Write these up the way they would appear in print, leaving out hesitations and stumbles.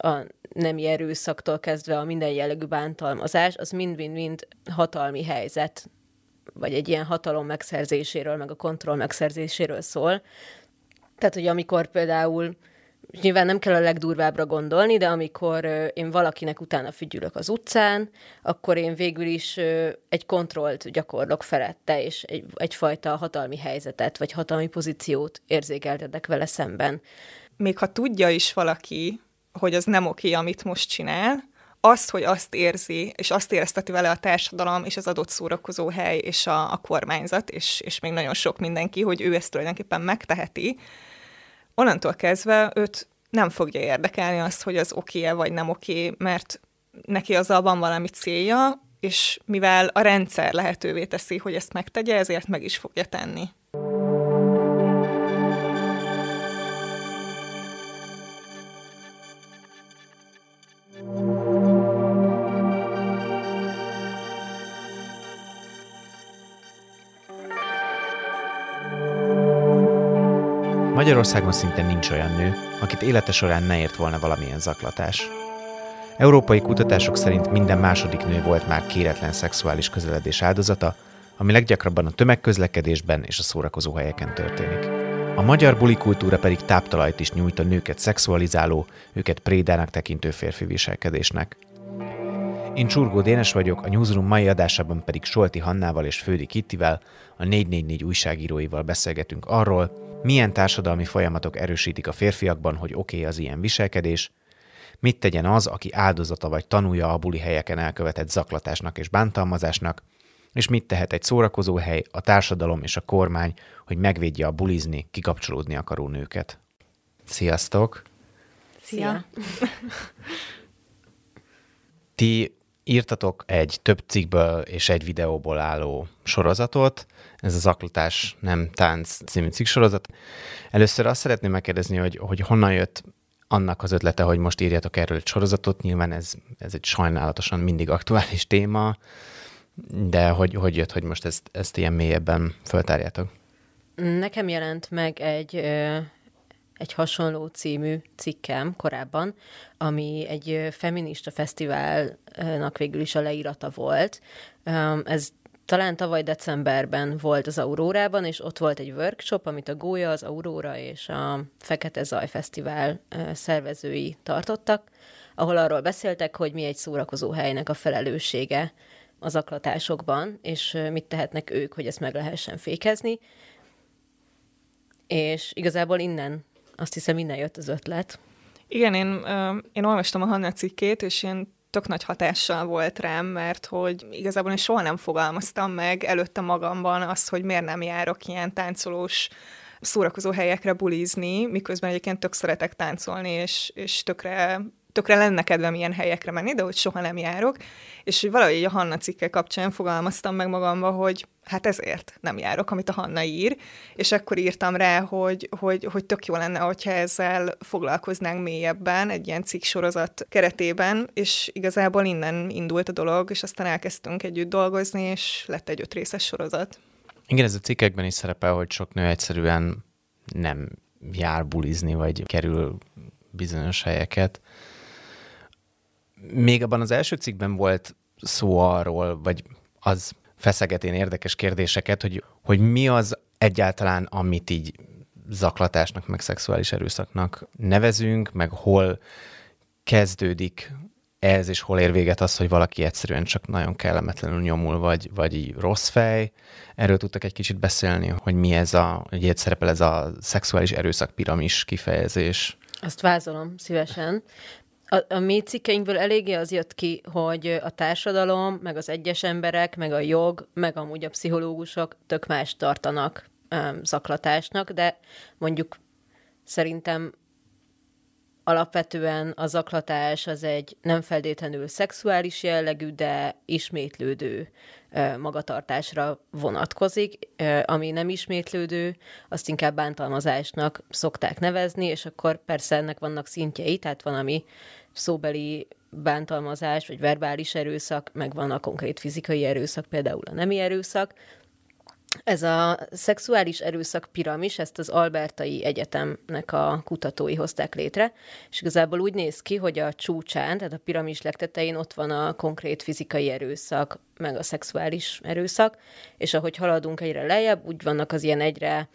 a nemi erőszaktól kezdve a minden jellegű bántalmazás, az mind-mind-mind hatalmi helyzet, vagy egy ilyen hatalom megszerzéséről, meg a kontroll megszerzéséről szól. Tehát, hogy amikor például, nyilván nem kell a legdurvábbra gondolni, de amikor én valakinek utána fügyülök az utcán, akkor én végül is egy kontrollt gyakorlok felette, és egyfajta hatalmi helyzetet, vagy hatalmi pozíciót érzékeltetek vele szemben. Még ha tudja is valaki, hogy az nem oké, amit most csinál, azt, hogy azt érzi, és azt érezteti vele a társadalom, és az adott szórakozó hely, és a kormányzat, és még nagyon sok mindenki, hogy ő ezt tulajdonképpen megteheti, onnantól kezdve őt nem fogja érdekelni azt, hogy az oké-e vagy nem oké, mert neki azzal van valami célja, és mivel a rendszer lehetővé teszi, hogy ezt megtegye, ezért meg is fogja tenni. Magyarországon szinte nincs olyan nő, akit élete során ne ért volna valamilyen zaklatás. Európai kutatások szerint minden második nő volt már kéretlen szexuális közeledés áldozata, ami leggyakrabban a tömegközlekedésben és a szórakozóhelyeken történik. A magyar bulikultúra pedig táptalajt is nyújt a nőket szexualizáló, őket prédának tekintő férfi viselkedésnek. Én Csurgó Dénes vagyok, a Newsroom mai adásában pedig Solti Hannával és Fődi Kittivel, a 444 újságíróival beszélgetünk arról, milyen társadalmi folyamatok erősítik a férfiakban, hogy oké az ilyen viselkedés, mit tegyen az, aki áldozata vagy tanúja a buli helyeken elkövetett zaklatásnak és bántalmazásnak, és mit tehet egy szórakozóhely, a társadalom és a kormány, hogy megvédje a bulizni, kikapcsolódni akaró nőket. Sziasztok! Szia! Ti írtatok egy több cikkből és egy videóból álló sorozatot, ez a Zaklatás nem tánc című cikksorozat. Először azt szeretném megkérdezni, hogy honnan jött annak az ötlete, hogy most írjatok erről egy sorozatot. Nyilván ez egy sajnálatosan mindig aktuális téma, de hogy jött, hogy most ezt ilyen mélyebben föltárjátok? Nekem jelent meg egy hasonló című cikkem korábban, ami egy feminista fesztiválnak végül is a leírata volt. Ez talán tavaly decemberben volt az Aurórában, és ott volt egy workshop, amit a Gólya, az Aurora és a Fekete Zaj Fesztivál szervezői tartottak, ahol arról beszéltek, hogy mi egy szórakozó helynek a felelőssége az zaklatásokban, és mit tehetnek ők, hogy ezt meg lehessen fékezni. És igazából azt hiszem innen jött az ötlet. Igen, én olvastam a Hanna cikkét, és ilyen tök nagy hatással volt rám, mert hogy igazából én soha nem fogalmaztam meg előtte magamban azt, hogy miért nem járok ilyen táncolós szórakozó helyekre bulizni, miközben egyébként tök szeretek táncolni, és tökre lenne kedvem ilyen helyekre menni, de hogy soha nem járok, és hogy valahogy a Hanna cikke kapcsán fogalmaztam meg magamba, hogy hát ezért nem járok, amit a Hanna ír, és akkor írtam rá, hogy tök jó lenne, hogyha ezzel foglalkoznánk mélyebben egy ilyen cikksorozat keretében, és igazából innen indult a dolog, és aztán elkezdtünk együtt dolgozni, és lett egy 5 részes sorozat. Igen, ez a cikkekben is szerepel, hogy sok nő egyszerűen nem jár bulizni, vagy kerül bizonyos helyeket. Még abban az első cikkben volt szó arról, vagy az feszeget én érdekes kérdéseket, hogy mi az egyáltalán, amit így zaklatásnak, meg szexuális erőszaknak nevezünk, meg hol kezdődik ez, és hol ér véget az, hogy valaki egyszerűen csak nagyon kellemetlenül nyomul, vagy így rossz fej. Erről tudtak egy kicsit beszélni, hogy mi ez hogy itt szerepel ez a szexuális erőszak piramis kifejezés. Azt vázolom szívesen. A mi cikkeinkből eléggé az jött ki, hogy a társadalom, meg az egyes emberek, meg a jog, meg amúgy a pszichológusok tök más tartanak zaklatásnak, de mondjuk szerintem alapvetően a zaklatás az egy nem feltétlenül szexuális jellegű, de ismétlődő magatartásra vonatkozik. Ami nem ismétlődő, azt inkább bántalmazásnak szokták nevezni, és akkor persze ennek vannak szintjei, tehát van, ami szóbeli bántalmazás, vagy verbális erőszak, meg van a konkrét fizikai erőszak, például a nemi erőszak. Ez a szexuális erőszak piramis, ezt az Albertai Egyetemnek a kutatói hozták létre, és igazából úgy néz ki, hogy a csúcsán, tehát a piramis legtetején ott van a konkrét fizikai erőszak, meg a szexuális erőszak, és ahogy haladunk egyre lejjebb, úgy vannak az ilyen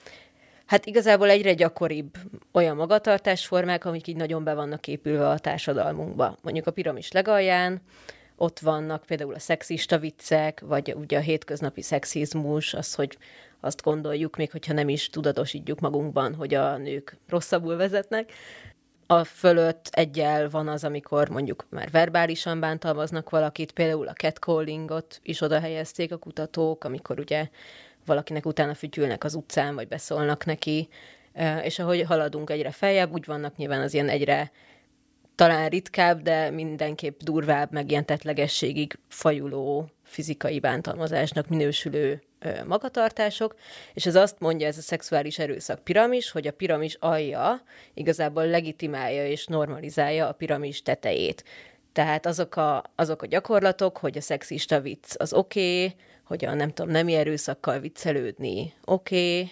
igazából egyre gyakoribb olyan magatartásformák, amik így nagyon be vannak épülve a társadalmunkba. Mondjuk a piramis legalján ott vannak például a szexista viccek, vagy ugye a hétköznapi szexizmus, az, hogy azt gondoljuk, még hogyha nem is tudatosítjuk magunkban, hogy a nők rosszabbul vezetnek. A fölött eggyel van az, amikor mondjuk már verbálisan bántalmaznak valakit, például a catcallingot is oda helyezték a kutatók, amikor ugye valakinek utána fütyülnek az utcán, vagy beszólnak neki, és ahogy haladunk egyre feljebb, úgy vannak nyilván az ilyen egyre talán ritkább, de mindenképp durvább, meg ilyen tettlegességig fajuló fizikai bántalmazásnak minősülő magatartások, és ez azt mondja, ez a szexuális erőszak piramis, hogy a piramis alja igazából legitimálja és normalizálja a piramis tetejét. Tehát azok a gyakorlatok, hogy a szexista vicc az oké, hogy a nemi erőszakkal viccelődni oké,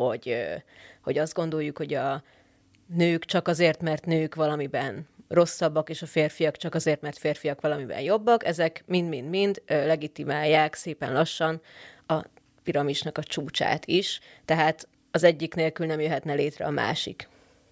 hogy azt gondoljuk, hogy a nők csak azért, mert nők valamiben rosszabbak, és a férfiak csak azért, mert férfiak valamiben jobbak, ezek mind-mind-mind legitimálják szépen lassan a piramisnak a csúcsát is, tehát az egyik nélkül nem jöhetne létre a másik.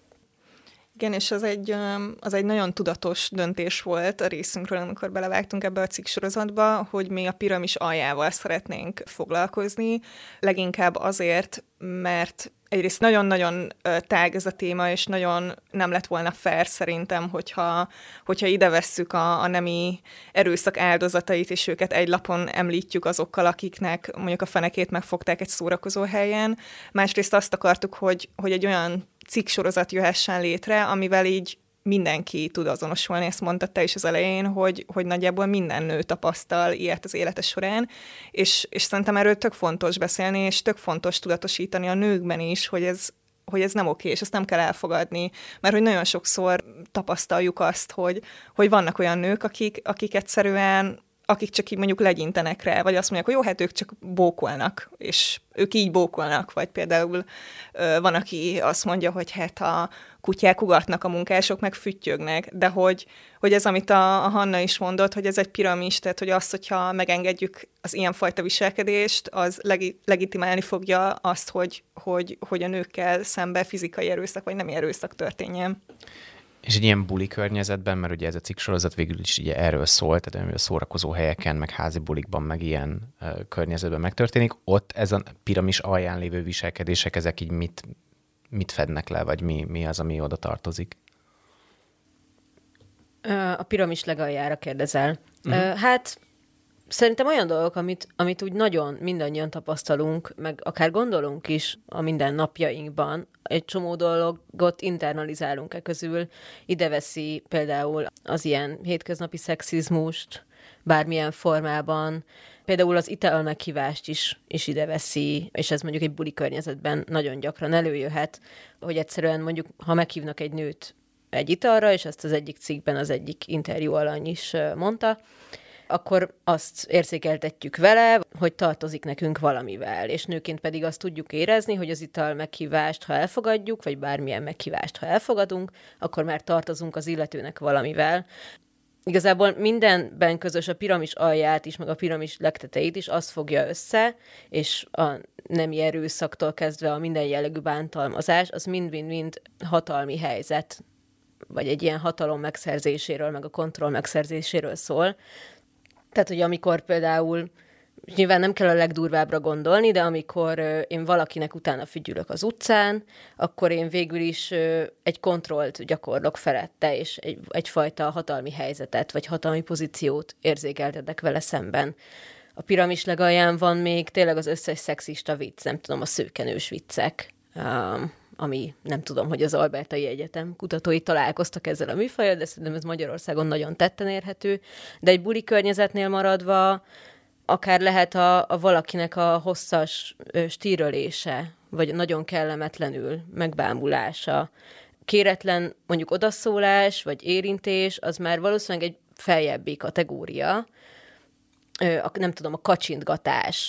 Igen, és az egy nagyon tudatos döntés volt a részünkről, amikor belevágtunk ebbe a cikksorozatba, hogy mi a piramis aljával szeretnénk foglalkozni, leginkább azért, mert egyrészt nagyon-nagyon tág ez a téma, és nagyon nem lett volna fair szerintem, hogyha ide vesszük a nemi erőszak áldozatait, és őket egy lapon említjük azokkal, akiknek mondjuk a fenekét megfogták egy szórakozó helyen. Másrészt azt akartuk, hogy egy olyan cikksorozat jöhessen létre, amivel így mindenki tud azonosulni, ezt mondtad te is az elején, hogy nagyjából minden nő tapasztal ilyet az élete során, és szerintem erről tök fontos beszélni, és tök fontos tudatosítani a nőkben is, hogy ez nem oké, és ezt nem kell elfogadni, mert hogy nagyon sokszor tapasztaljuk azt, hogy vannak olyan nők, akik egyszerűen akik csak így mondjuk legyintenek rá, vagy azt mondják, hogy jó, hát ők csak bókolnak, és ők így bókolnak, vagy például van, aki azt mondja, hogy hát a kutyák ugatnak, a munkások meg füttyögnek, de hogy ez, amit a Hanna is mondott, hogy ez egy piramis, tehát hogy azt, hogyha megengedjük az ilyenfajta viselkedést, az legitimálni fogja azt, hogy a nőkkel szemben fizikai erőszak, vagy nemi erőszak történjen. És egy ilyen buli környezetben, mert ugye ez a cikksorozat végül is ugye erről szól, tehát a szórakozó helyeken, meg házi bulikban, meg ilyen környezetben megtörténik, ott ez a piramis alján lévő viselkedések, ezek így mit fednek le, vagy mi az, ami oda tartozik? A piramis legaljára kérdezel. Hát szerintem olyan dolgok, amit úgy nagyon mindannyian tapasztalunk, meg akár gondolunk is a mindennapjainkban, egy csomó dolgot internalizálunk közül. Ide veszi például az ilyen hétköznapi szexizmust, bármilyen formában, például az ital meghívást is ide veszi, és ez mondjuk egy buli környezetben nagyon gyakran előjöhet, hogy egyszerűen mondjuk, ha meghívnak egy nőt egy italra, és ezt az egyik cikkben az egyik interjú alany is mondta, akkor azt érzékeltetjük vele, hogy tartozik nekünk valamivel, és nőként pedig azt tudjuk érezni, hogy az ital meghívást, ha elfogadjuk, vagy bármilyen meghívást, ha elfogadunk, akkor már tartozunk az illetőnek valamivel. Igazából mindenben közös a piramis alját is, meg a piramis legtetejét is azt fogja össze, és a nemi erőszaktól kezdve a minden jellegű bántalmazás, az mind-mind hatalmi helyzet, vagy egy ilyen hatalom megszerzéséről, meg a kontroll megszerzéséről szól. Tehát, hogy amikor például, nyilván nem kell a legdurvábbra gondolni, de amikor én valakinek utána fügyülök az utcán, akkor én végül is egy kontrollt gyakorlok felette, és egyfajta hatalmi helyzetet, vagy hatalmi pozíciót érzékeltetek vele szemben. A piramis legalján van még tényleg az összes szexista vicc, nem tudom, a szőkenős viccek, ami nem tudom, hogy az Albertai Egyetem kutatói találkoztak ezzel a műfajjal, de szerintem ez Magyarországon nagyon tetten érhető. De egy buli környezetnél maradva akár lehet a valakinek a hosszas stírölése, vagy nagyon kellemetlenül megbámulása. Kéretlen mondjuk odaszólás, vagy érintés, az már valószínűleg egy feljebbi kategória. Nem tudom, a kacsintgatás,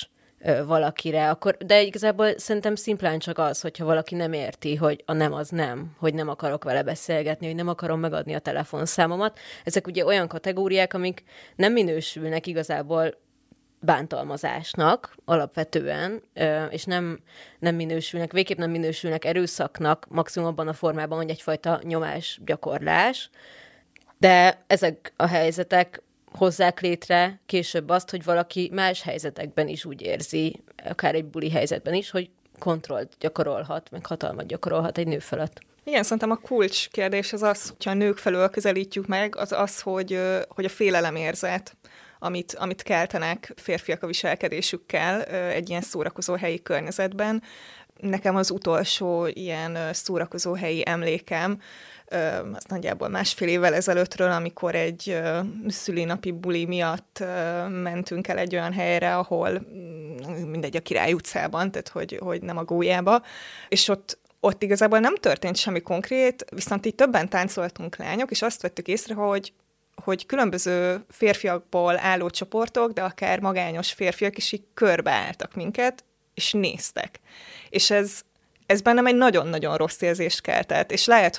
valakire, akkor, de igazából szerintem szimplán csak az, hogyha valaki nem érti, hogy a nem az nem, hogy nem akarok vele beszélgetni, hogy nem akarom megadni a telefonszámomat. Ezek ugye olyan kategóriák, amik nem minősülnek igazából bántalmazásnak alapvetően, és nem minősülnek, végképp nem minősülnek erőszaknak, maximum abban a formában, hogy egyfajta nyomásgyakorlás, de ezek a helyzetek hozzák létre később azt, hogy valaki más helyzetekben is úgy érzi, akár egy buli helyzetben is, hogy kontrollt gyakorolhat, meg hatalmat gyakorolhat egy nő fölött. Igen, szerintem a kulcs kérdés az, hogyha a nők felől közelítjük meg, az, hogy a félelemérzet, amit keltenek férfiak a viselkedésükkel egy ilyen szórakozóhelyi környezetben. Nekem az utolsó ilyen szórakozóhelyi emlékem, az nagyjából 1,5 évvel ezelőttről, amikor egy szülinapi buli miatt mentünk el egy olyan helyre, ahol mindegy, a Király utcában, tehát hogy nem a Gólyába, és ott igazából nem történt semmi konkrét, viszont így többen táncoltunk lányok, és azt vettük észre, hogy különböző férfiakból álló csoportok, de akár magányos férfiak is így körbeálltak minket, és néztek. És ez bennem egy nagyon-nagyon rossz érzést keltett, és lehet,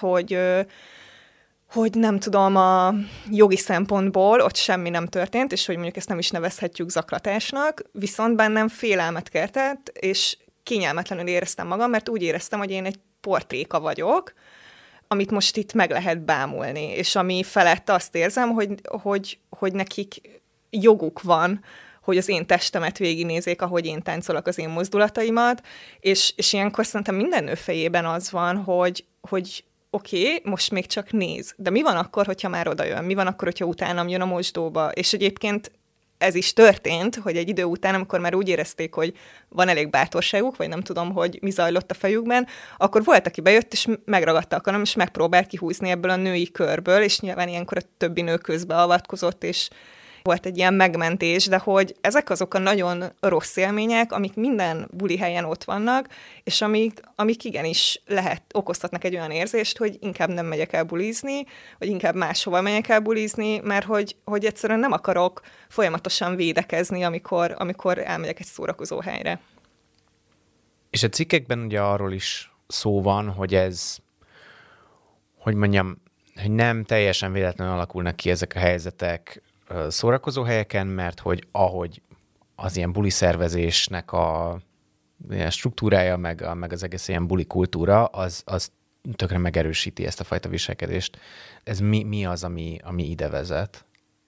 hogy nem tudom, a jogi szempontból ott semmi nem történt, és hogy mondjuk ezt nem is nevezhetjük zaklatásnak, viszont bennem félelmet keltett, és kényelmetlenül éreztem magam, mert úgy éreztem, hogy én egy portéka vagyok, amit most itt meg lehet bámulni, és ami felett azt érzem, hogy nekik joguk van, hogy az én testemet végignézzék, ahogy én táncolok, az én mozdulataimat, és ilyenkor szerintem minden nő fejében az van, hogy oké, most még csak néz, de mi van akkor, hogyha már odajön? Mi van akkor, hogyha utánam jön a mosdóba? És egyébként ez is történt, hogy egy idő után, amikor már úgy érezték, hogy van elég bátorságuk, vagy nem tudom, hogy mi zajlott a fejükben, akkor volt, aki bejött, és megragadta a karom, és megpróbált kihúzni ebből a női körből, és nyilván ilyenkor a többi nő közbeavatkozott, és volt egy ilyen megmentés, de hogy ezek azok a nagyon rossz élmények, amik minden buli helyen ott vannak, és amik igenis okoztatnak egy olyan érzést, hogy inkább nem megyek el bulizni, vagy inkább máshova megyek el bulizni, mert hogy egyszerűen nem akarok folyamatosan védekezni, amikor elmegyek egy szórakozó helyre. És a cikkekben ugye arról is szó van, hogy hogy nem teljesen véletlenül alakulnak ki ezek a helyzetek szórakozó helyeken, mert hogy ahogy az ilyen buli szervezésnek a ilyen struktúrája, meg az egész ilyen buli kultúra, az tökre megerősíti ezt a fajta viselkedést. Ez mi az, ami ide vezet?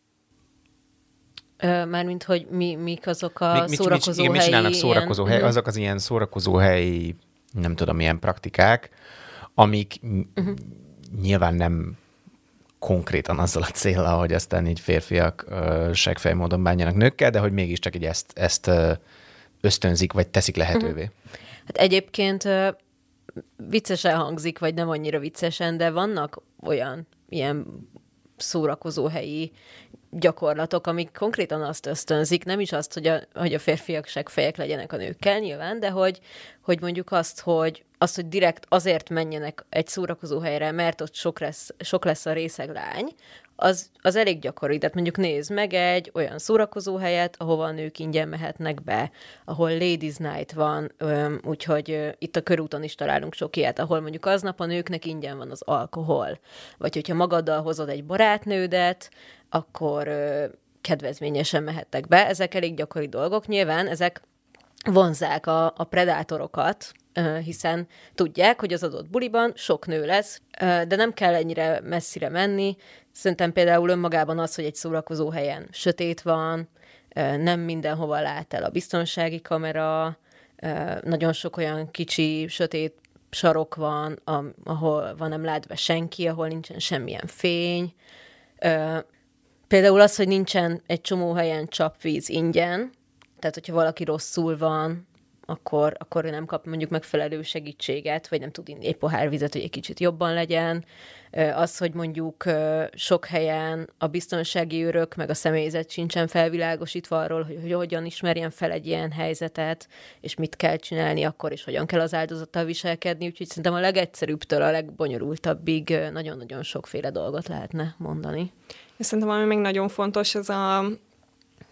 Mármint, hogy mik azok a szórakozóhelyi... Mit csinálnak szórakozóhelyi? Azok az ilyen szórakozóhelyi, nem tudom, ilyen praktikák, amik nyilván nem konkrétan azzal a céllal, hogy aztán így férfiak seggfej módon bánjanak nőkkel, de hogy mégiscsak így ezt ösztönzik, vagy teszik lehetővé. Hát egyébként viccesen hangzik, vagy nem annyira viccesen, de vannak olyan ilyen szórakozóhelyi gyakorlatok, amik konkrétan azt ösztönzik, nem is azt, hogy a férfiak seggfejek legyenek a nőkkel nyilván, de hogy mondjuk azt, hogy direkt azért menjenek egy szórakozóhelyre, mert ott sok lesz a részeg lány, az elég gyakori. Tehát mondjuk nézd meg egy olyan szórakozóhelyet, ahova a nők ingyen mehetnek be, ahol Ladies Night van, úgyhogy itt a körúton is találunk sok ilyet, ahol mondjuk aznap a nőknek ingyen van az alkohol. Vagy hogyha magaddal hozod egy barátnődet, akkor kedvezményesen mehettek be. Ezek elég gyakori dolgok. Nyilván ezek vonzzák a predátorokat, hiszen tudják, hogy az adott buliban sok nő lesz, de nem kell ennyire messzire menni. Szerintem például önmagában az, hogy egy szórakozó helyen sötét van, nem mindenhova lát el a biztonsági kamera, nagyon sok olyan kicsi, sötét sarok van, ahol van nem lát be senki, ahol nincsen semmilyen fény. Például az, hogy nincsen egy csomó helyen csapvíz ingyen, tehát hogyha valaki rosszul van, akkor nem kap mondjuk megfelelő segítséget, vagy nem tud inni egy pohár vizet, hogy egy kicsit jobban legyen. Az, hogy mondjuk sok helyen a biztonsági őrök, meg a személyzet sincsen felvilágosítva arról, hogy hogyan ismerjen fel egy ilyen helyzetet, és mit kell csinálni akkor, és hogyan kell az áldozattal viselkedni. Úgyhogy szerintem a legegyszerűbbtől a legbonyolultabbig nagyon-nagyon sokféle dolgot lehetne mondani. És szerintem ami még nagyon fontos, ez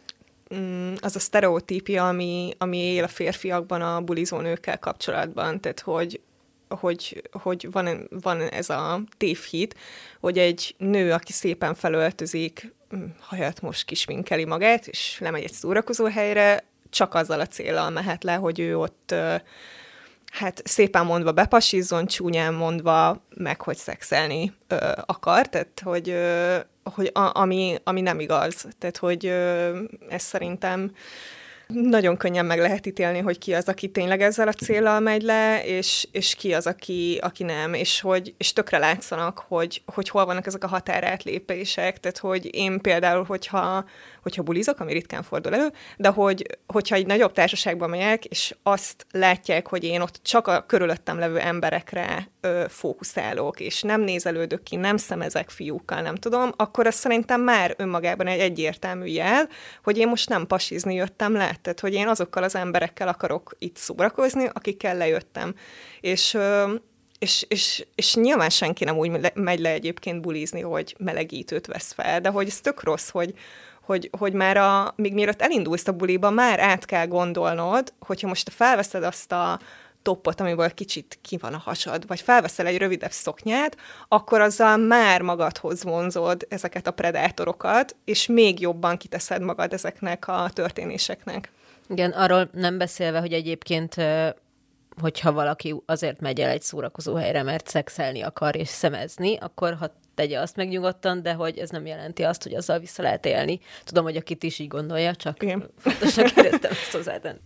az a sztereotípia, ami él a férfiakban a bulizó nőkkel kapcsolatban. Tehát, hogy van ez a tévhit, hogy egy nő, aki szépen felöltözik, hajat most kisminkeli magát, és lemegy egy szórakozó helyre, csak azzal a céllal mehet le, hogy ő ott hát szépen mondva bepasizzon, csúnyán mondva meg, hogy szexelni akar, tehát hogy ami nem igaz. Tehát, hogy ez szerintem nagyon könnyen meg lehet ítélni, hogy ki az, aki tényleg ezzel a céllal megy le, és ki az, aki nem, és tökre látszanak, hogy hol vannak ezek a határátlépések, tehát hogy én például, hogyha bulizok, ami ritkán fordul elő, de hogyha egy nagyobb társaságban megyek, és azt látják, hogy én ott csak a körülöttem levő emberekre fókuszálok, és nem nézelődök ki, nem szemezek fiúkkal, nem tudom, akkor az szerintem már önmagában egy egyértelmű jel, hogy én most nem pasizni jöttem le, tehát hogy én azokkal az emberekkel akarok itt szórakozni, akikkel lejöttem. És nyilván senki nem úgy megy le egyébként bulizni, hogy melegítőt vesz fel, de hogy ez tök rossz, hogy már még mielőtt elindulsz a buliba, már át kell gondolnod, hogyha most felveszed azt a toppot, amiből kicsit ki van a hasad, vagy felveszel egy rövidebb szoknyát, akkor azzal már magadhoz vonzod ezeket a predátorokat, és még jobban kiteszed magad ezeknek a történéseknek. Igen, arról nem beszélve, hogy egyébként, hogyha valaki azért megy el egy szórakozó helyre, mert szexelni akar és szemezni, akkor ha tegye azt meg nyugodtan, de hogy ez nem jelenti azt, hogy azzal vissza lehet élni. Tudom, hogy akit is így gondolja, csak fontosnak éreztem ezt hozzátenni.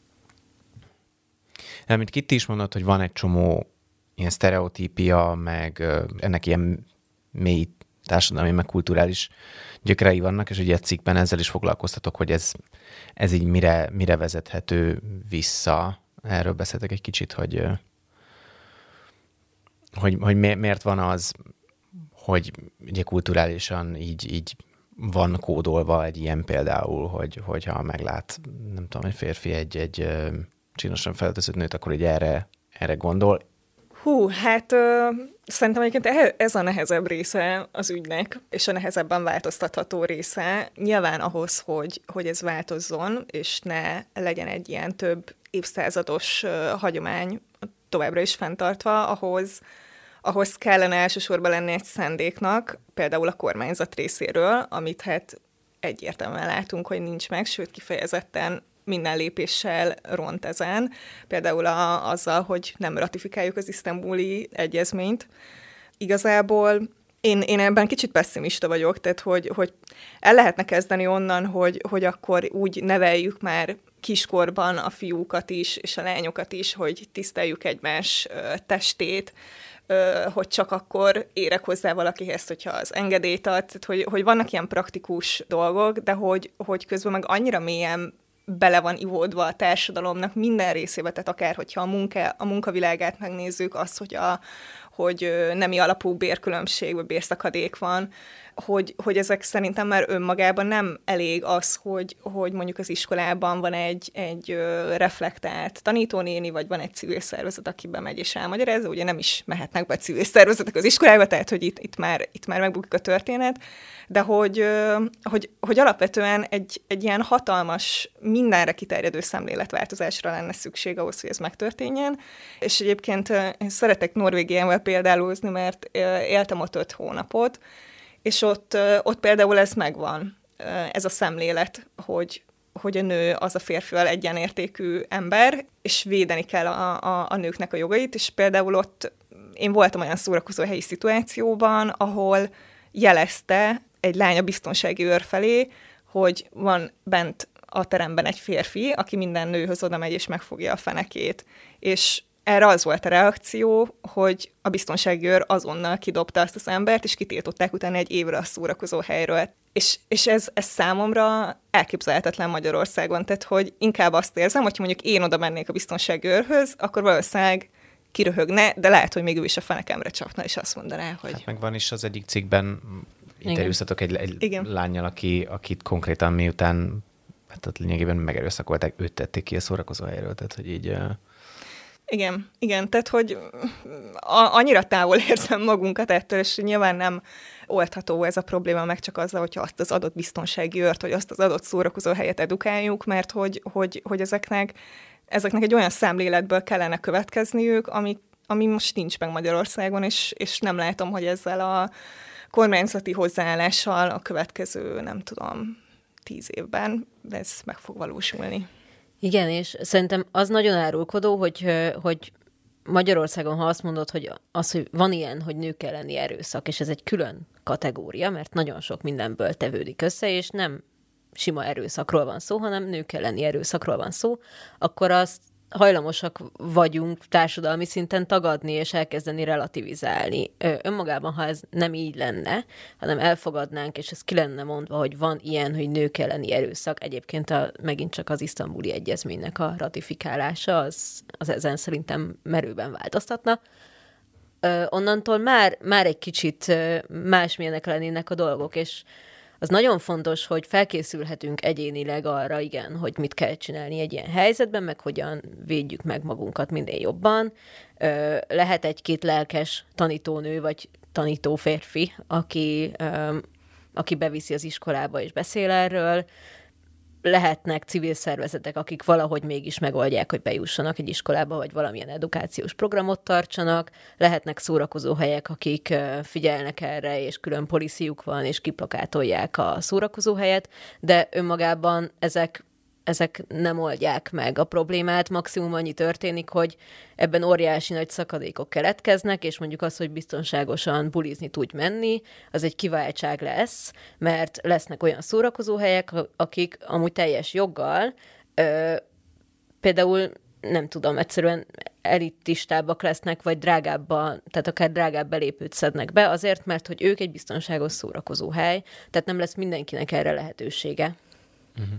Mint Kitti is mondott, hogy van egy csomó ilyen sztereotípia, meg ennek ilyen mély társadalmi, meg kulturális gyökerei vannak, és ugye egy cikkben ezzel is foglalkoztatok, hogy ez így mire vezethető vissza. Erről beszéltek egy kicsit, hogy miért van az, hogy ugye kulturálisan így van kódolva egy ilyen például, hogyha meglát, nem tudom, egy férfi egy csinosan felöltözött nőt, akkor így erre gondol. Hát szerintem egyébként ez a nehezebb része az ügynek, és a nehezebben változtatható része. Nyilván ahhoz, hogy ez változzon, és ne legyen egy ilyen több évszázados hagyomány továbbra is fenntartva, ahhoz kellene elsősorban lenni egy szándéknak, például a kormányzat részéről, amit hát egyértelműen látunk, hogy nincs meg, sőt kifejezetten minden lépéssel ront ezen. Például azzal, hogy nem ratifikáljuk az isztambuli egyezményt. Igazából én ebben kicsit pesszimista vagyok, tehát hogy el lehetne kezdeni onnan, hogy akkor úgy neveljük már kiskorban a fiúkat is, és a lányokat is, hogy tiszteljük egymás testét, hogy csak akkor érek hozzá valakihez, hogyha az engedélyt ad, tehát hogy vannak ilyen praktikus dolgok, de hogy közben meg annyira mélyen bele van ivódva a társadalomnak minden részébe, tehát akár, hogyha a munkavilágát megnézzük, az, hogy nemi alapú bérkülönbség, vagy bérszakadék van, hogy ezek szerintem már önmagában nem elég az, hogy mondjuk az iskolában van egy reflektált tanítónéni, vagy van egy civil szervezet, aki bemegy és elmagyarázza, ugye nem is mehetnek be civil szervezetek az iskolába, tehát hogy itt már megbukik a történet, de hogy alapvetően egy ilyen hatalmas, mindenre kiterjedő szemléletváltozásra lenne szükség ahhoz, hogy ez megtörténjen, és egyébként én szeretek Norvégiával példálózni, mert éltem ott 5 hónapot, és ott például ez megvan, ez a szemlélet, hogy a nő az a férfival egyenértékű ember, és védeni kell a nőknek a jogait, és például ott én voltam olyan szórakozóhelyi szituációban, ahol jelezte egy lány a biztonsági őr felé, hogy van bent a teremben egy férfi, aki minden nőhöz oda megy és megfogja a fenekét, és erre az volt a reakció, hogy a biztonsági őr azonnal kidobta azt az embert, és kitiltották utána egy évre a szórakozó helyről. És ez számomra elképzelhetetlen Magyarországon, tehát hogy inkább azt érzem, hogyha mondjuk én oda mennék a biztonsági őrhöz, akkor valószínűleg kiröhögne, de lehet, hogy még ő is a fenekemre csapna, és azt mondaná, hogy... Hát meg van is az egyik cikkben, interjúztatok egy lánnyal, akit konkrétan miután, hát ott lényegében megerőszakolták, őt tették ki a szórakozó helyről, tehát hogy így... Igen, tehát hogy annyira távol érzem magunkat ettől, és nyilván nem oldható ez a probléma meg csak azzal, hogyha azt az adott biztonsági őrt, vagy azt az adott szórakozó helyet edukáljuk, mert hogy ezeknek egy olyan szemléletből kellene következniük, ami most nincs meg Magyarországon, és nem látom, hogy ezzel a kormányzati hozzáállással a következő, nem tudom, 10 évben ez meg fog valósulni. Igen, és szerintem az nagyon árulkodó, hogy Magyarországon, ha azt mondod, hogy van ilyen, hogy nők elleni erőszak, és ez egy külön kategória, mert nagyon sok mindenből tevődik össze, és nem sima erőszakról van szó, hanem nők elleni erőszakról van szó, akkor azt hajlamosak vagyunk társadalmi szinten tagadni és elkezdeni relativizálni. Önmagában, ha ez nem így lenne, hanem elfogadnánk, és ez ki lenne mondva, hogy van ilyen, hogy nők elleni erőszak, egyébként megint csak az Isztambuli Egyezménynek a ratifikálása, az ezen szerintem merőben változtatna. Onnantól már egy kicsit másmilyenek lennének a dolgok, és az nagyon fontos, hogy felkészülhetünk egyénileg arra, igen, hogy mit kell csinálni egy ilyen helyzetben, meg hogyan védjük meg magunkat minél jobban. Lehet egy-két lelkes tanítónő, vagy tanító férfi, aki beviszi az iskolába és beszél erről. Lehetnek civil szervezetek, akik valahogy mégis megoldják, hogy bejussanak egy iskolába, vagy valamilyen edukációs programot tartsanak. Lehetnek szórakozó helyek, akik figyelnek erre, és külön policyjuk van, és kiplakátolják a szórakozó helyet, de önmagában ezek nem oldják meg a problémát. Maximum annyi történik, hogy ebben óriási nagy szakadékok keletkeznek, és mondjuk az, hogy biztonságosan bulizni tudj menni, az egy kiváltság lesz, mert lesznek olyan szórakozóhelyek, akik amúgy teljes joggal, például nem tudom, egyszerűen elitistábbak lesznek, vagy drágábban, tehát akár drágább belépőt szednek be, azért, mert hogy ők egy biztonságos szórakozóhely, tehát nem lesz mindenkinek erre lehetősége. Uh-huh.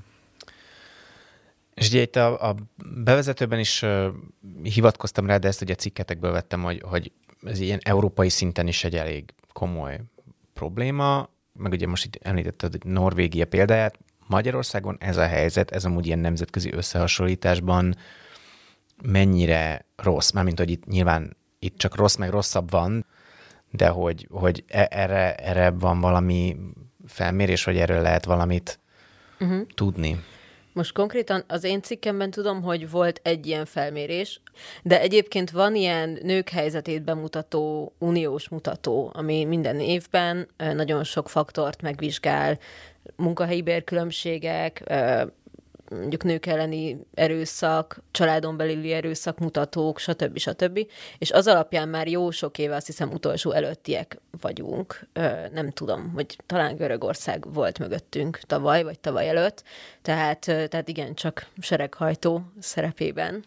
És ugye itt a bevezetőben is hivatkoztam rá, de ezt ugye cikketekből vettem, hogy ez ilyen európai szinten is egy elég komoly probléma, meg ugye most itt említetted Norvégia példáját. Magyarországon ez a helyzet, ez amúgy ilyen nemzetközi összehasonlításban mennyire rossz, mármint, hogy itt nyilván itt csak rossz meg rosszabb van, de hogy erre van valami felmérés, vagy erről lehet valamit tudni. Most konkrétan az én cikkemben tudom, hogy volt egy ilyen felmérés, de egyébként van ilyen nők helyzetét bemutató uniós mutató, ami minden évben nagyon sok faktort megvizsgál, munkahelyi bérkülönbségek, mondjuk nők elleni erőszak, családon belüli erőszak mutatók, stb. És az alapján már jó sok éve, azt hiszem utolsó előttiek vagyunk. Nem tudom, hogy talán Görögország volt mögöttünk tavaly, vagy tavaly előtt. Tehát igen, csak sereghajtó szerepében.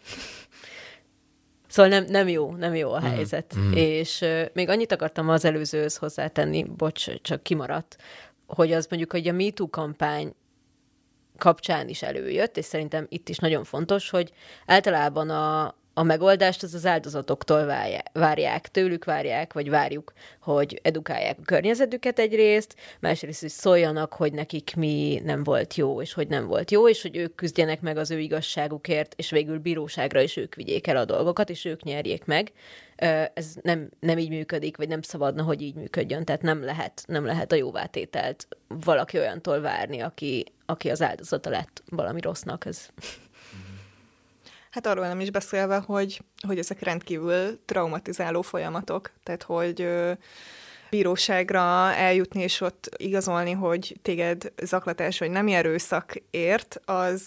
Szóval nem jó a helyzet. És még annyit akartam az előzőhöz hozzátenni, bocs, csak kimaradt, hogy az mondjuk, hogy a MeToo kampány kapcsán is előjött, és szerintem itt is nagyon fontos, hogy általában a megoldást az áldozatoktól tőlük várjuk, hogy edukálják a környezetüket egyrészt, másrészt, hogy szóljanak, hogy nekik mi nem volt jó, és hogy nem volt jó, és hogy ők küzdjenek meg az ő igazságukért, és végül bíróságra is ők vigyék el a dolgokat, és ők nyerjék meg. Ez nem így működik, vagy nem szabadna, hogy így működjön, tehát nem lehet a jóvátételt valaki olyantól várni, aki az áldozata lett valami rossznak. Ez... Hát arról nem is beszélve, hogy ezek rendkívül traumatizáló folyamatok. Tehát, hogy bíróságra eljutni és ott igazolni, hogy téged zaklatás vagy nemi erőszak ért,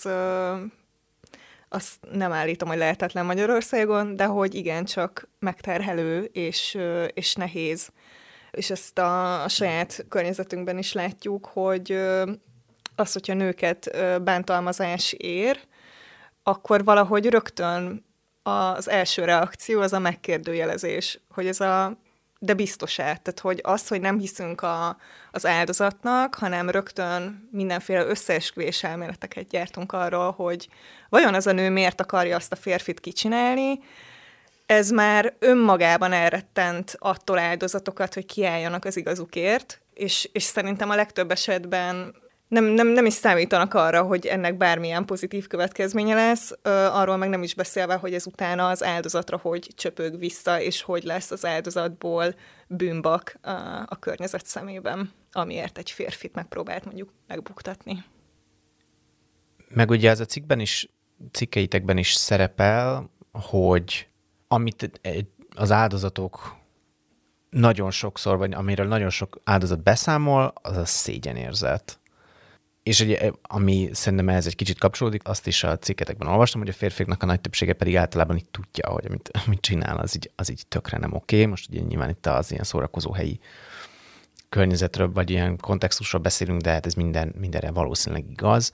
azt nem állítom, hogy lehetetlen Magyarországon, de hogy igencsak megterhelő és nehéz. És ezt a saját környezetünkben is látjuk, hogy az, hogyha nőket bántalmazás ér, akkor valahogy rögtön az első reakció az a megkérdőjelezés, hogy de biztos-e? Tehát, hogy az, hogy nem hiszünk az áldozatnak, hanem rögtön mindenféle összeesküvés elméleteket gyártunk arról, hogy vajon az a nő miért akarja azt a férfit kicsinálni, ez már önmagában elrettent attól áldozatokat, hogy kiálljanak az igazukért, és szerintem a legtöbb esetben nem is számítanak arra, hogy ennek bármilyen pozitív következménye lesz, arról meg nem is beszélve, hogy ez utána az áldozatra hogy csöpög vissza, és hogy lesz az áldozatból bűnbak a környezet szemében, amiért egy férfit megpróbált mondjuk megbuktatni. Meg ugye ez a cikkeitekben is szerepel, hogy amit az áldozatok nagyon sokszor, vagy amiről nagyon sok áldozat beszámol, az a szégyenérzet. És ugye, ami szerintem ehhez egy kicsit kapcsolódik, azt is a cikketekben olvastam, hogy a férfiaknak a nagy többsége pedig általában így tudja, hogy amit csinál, az így tökre nem oké. Most ugye nyilván itt az ilyen szórakozó helyi környezetről, vagy ilyen kontextusról beszélünk, de hát ez mindenre valószínűleg igaz.